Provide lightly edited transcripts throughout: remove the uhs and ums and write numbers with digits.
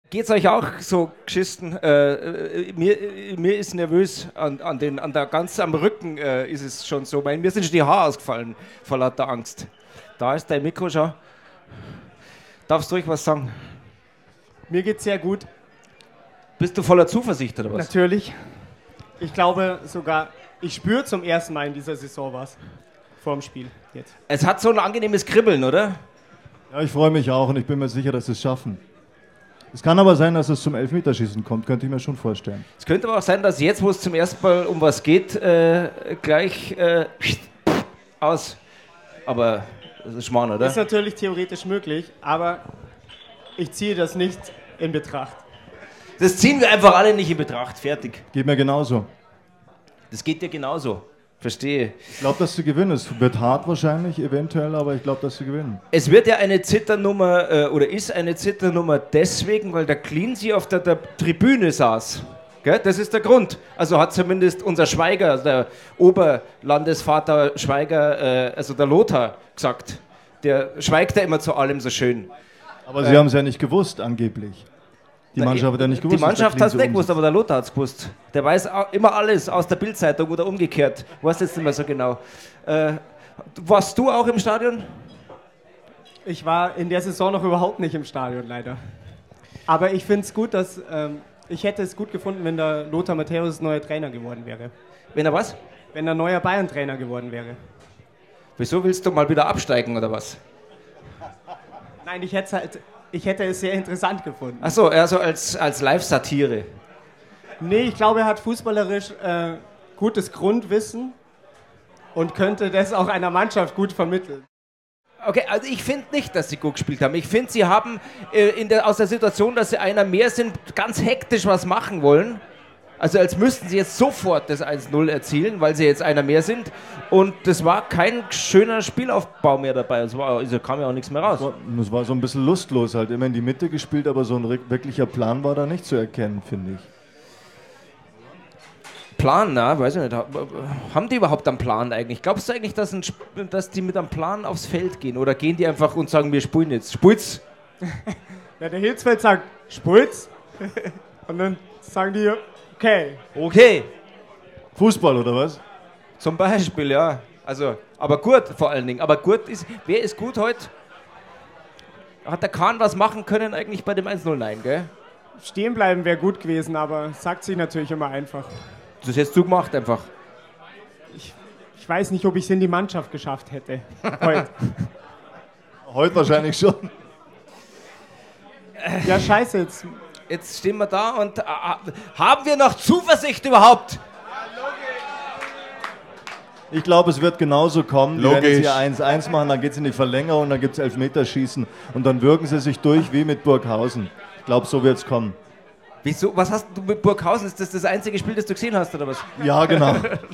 Geht's euch auch so geschissen? Mir ist nervös ganz am Rücken ist es schon so. Mir sind schon die Haare ausgefallen vor lauter Angst. Da ist dein Mikro schon. Darfst du ruhig was sagen? Mir geht's sehr gut. Bist du voller Zuversicht oder was? Natürlich. Ich glaube sogar, ich spüre zum ersten Mal in dieser Saison was. Vor dem Spiel jetzt. Es hat so ein angenehmes Kribbeln, oder? Ja, ich freue mich auch und ich bin mir sicher, dass sie es schaffen. Es kann aber sein, dass es zum Elfmeterschießen kommt, könnte ich mir schon vorstellen. Es könnte aber auch sein, dass jetzt, wo es zum ersten Mal um was geht, gleich aus. Aber das ist Schmarrn, oder? Ist natürlich theoretisch möglich, aber ich ziehe das nicht in Betracht. Das ziehen wir einfach alle nicht in Betracht. Fertig. Geht mir genauso. Das geht dir genauso. Verstehe. Ich glaube, dass sie gewinnen. Es wird hart wahrscheinlich, eventuell, aber ich glaube, dass sie gewinnen. Es wird ja eine Zitternummer, oder ist eine Zitternummer deswegen, weil der Cleansey auf der Tribüne saß. Gell? Das ist der Grund. Also hat zumindest unser Schweiger, der Oberlandesvater Schweiger, also der Lothar, gesagt. Der schweigt ja immer zu allem so schön. Aber sie haben es ja nicht gewusst, angeblich. Die Mannschaft hat ja nicht gewusst. Die Mannschaft hat es nicht gewusst, aber der Lothar hat es gewusst. Der weiß immer alles aus der Bildzeitung oder umgekehrt. Ich weiß jetzt nicht mehr so genau. Warst du auch im Stadion? Ich war in der Saison noch überhaupt nicht im Stadion, leider. Aber ich finde es gut, dass ich hätte es gut gefunden, wenn der Lothar Matthäus neuer Trainer geworden wäre. Wenn er was? Wenn er neuer Bayern-Trainer geworden wäre. Wieso willst du mal wieder absteigen oder was? Nein, ich hätte es sehr interessant gefunden. Achso, also als Live-Satire. Nee, ich glaube, er hat fußballerisch gutes Grundwissen und könnte das auch einer Mannschaft gut vermitteln. Okay, also ich finde nicht, dass sie gut gespielt haben. Ich finde, sie haben aus der Situation, dass sie einer mehr sind, ganz hektisch was machen wollen. Also als müssten sie jetzt sofort das 1-0 erzielen, weil sie jetzt einer mehr sind. Und das war kein schöner Spielaufbau mehr dabei. Also kam ja auch nichts mehr raus. Es war so ein bisschen lustlos halt. Immer in die Mitte gespielt, aber so ein wirklicher Plan war da nicht zu erkennen, finde ich. Plan, na, weiß ich nicht. Haben die überhaupt einen Plan eigentlich? Glaubst du eigentlich, dass die mit einem Plan aufs Feld gehen? Oder gehen die einfach und sagen, wir spielen jetzt? Spulz? Ja, der Hitzfeld sagt, Spulz. Und dann sagen die, okay. Okay. Fußball oder was? Zum Beispiel, ja. Also, aber gut vor allen Dingen. Aber gut wer ist gut heute? Hat der Kahn was machen können eigentlich bei dem 1-0? Nein, gell? Stehen bleiben wäre gut gewesen, aber sagt sich natürlich immer einfach. Das hättest du gemacht einfach. Ich weiß nicht, ob ich es in die Mannschaft geschafft hätte. Heute. Heute wahrscheinlich schon. Ja, scheiße jetzt. Jetzt stehen wir da und haben wir noch Zuversicht überhaupt? Ich glaube, es wird genauso kommen. Die Logisch. werden jetzt hier 1-1 machen, dann geht es in die Verlängerung, dann gibt es Elfmeterschießen und dann wirken sie sich durch wie mit Burghausen. Ich glaube, so wird es kommen. Wieso? Was hast du mit Burghausen? Ist das das einzige Spiel, das du gesehen hast, oder was? Ja, genau.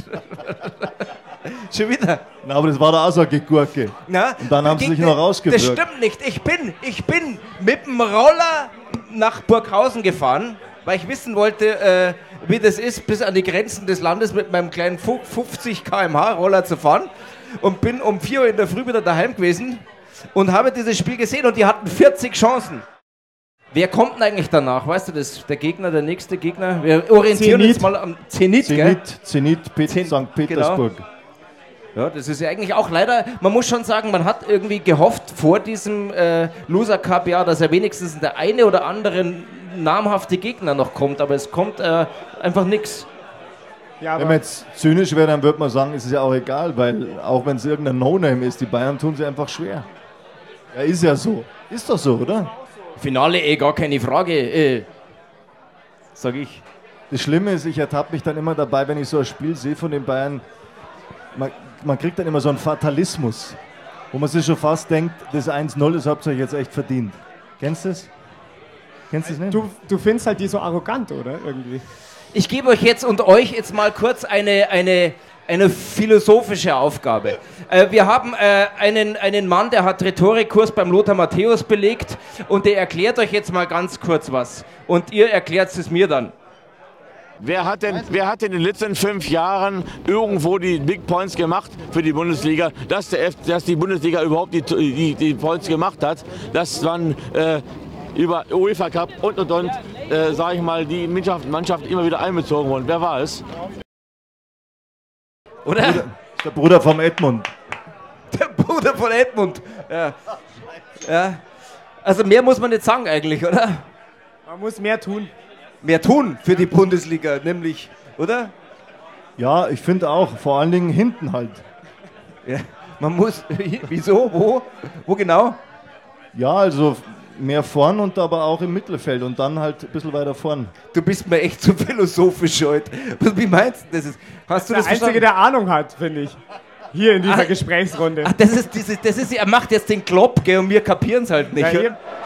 Schon wieder? Na, aber das war der Asage-Gurke. Und dann haben sie sich noch rausgewirkt. Das stimmt nicht. Ich bin mit dem Roller nach Burghausen gefahren, weil ich wissen wollte, wie das ist, bis an die Grenzen des Landes mit meinem kleinen 50 km/h Roller zu fahren. Und bin um 4 Uhr in der Früh wieder daheim gewesen und habe dieses Spiel gesehen und die hatten 40 Chancen. Wer kommt denn eigentlich danach? Weißt du das? Der Gegner, der nächste Gegner? Wir orientieren uns mal am Zenit, gell? Zenit, St. Petersburg. Genau. Ja, das ist ja eigentlich auch leider, man muss schon sagen, man hat irgendwie gehofft vor diesem Loser Cup Jahr, dass er wenigstens der eine oder andere namhafte Gegner noch kommt, aber es kommt einfach nichts. Ja, wenn man jetzt zynisch wäre, dann würde man sagen, ist es ja auch egal, weil auch wenn es irgendein No-Name ist, die Bayern tun sie einfach schwer. Ja, ist ja so. Ist doch so, oder? Finale, gar keine Frage, sag ich. Das Schlimme ist, ich ertappe mich dann immer dabei, wenn ich so ein Spiel sehe von den Bayern, man kriegt dann immer so einen Fatalismus, wo man sich schon fast denkt, das 1-0 ist hauptsächlich jetzt echt verdient. Kennst du das? Kennst du das nicht? Du findest halt die so arrogant, oder? Irgendwie. Ich gebe euch jetzt und euch jetzt mal kurz eine philosophische Aufgabe. Wir haben einen Mann, der hat Rhetorikkurs beim Lothar Matthäus belegt und der erklärt euch jetzt mal ganz kurz was. Und ihr erklärt es mir dann. Wer hat denn in den letzten 5 Jahren irgendwo die Big Points gemacht für die Bundesliga? Dass die Bundesliga überhaupt die Points gemacht hat, das waren über UEFA Cup und sage ich mal, die Mannschaft immer wieder einbezogen wurden. Wer war es? Oder? Der Bruder vom Edmund. Der Bruder von Edmund. Ja. Ja. Also mehr muss man nicht sagen eigentlich, oder? Man muss mehr tun. Mehr tun für die Bundesliga, nämlich, oder? Ja, ich finde auch, vor allen Dingen hinten halt. Ja. Man muss, wieso, wo genau? Ja, also mehr vorn und aber auch im Mittelfeld und dann halt ein bisschen weiter vorn. Du bist mir echt zu philosophisch heute. Wie meinst du das? Hast du Der das Einzige, verstanden? der Ahnung hat, finde ich. Hier in dieser Gesprächsrunde. Ach, das ist, er macht jetzt den Klopp, gell, und wir kapieren es halt nicht. Ja, oder? eben.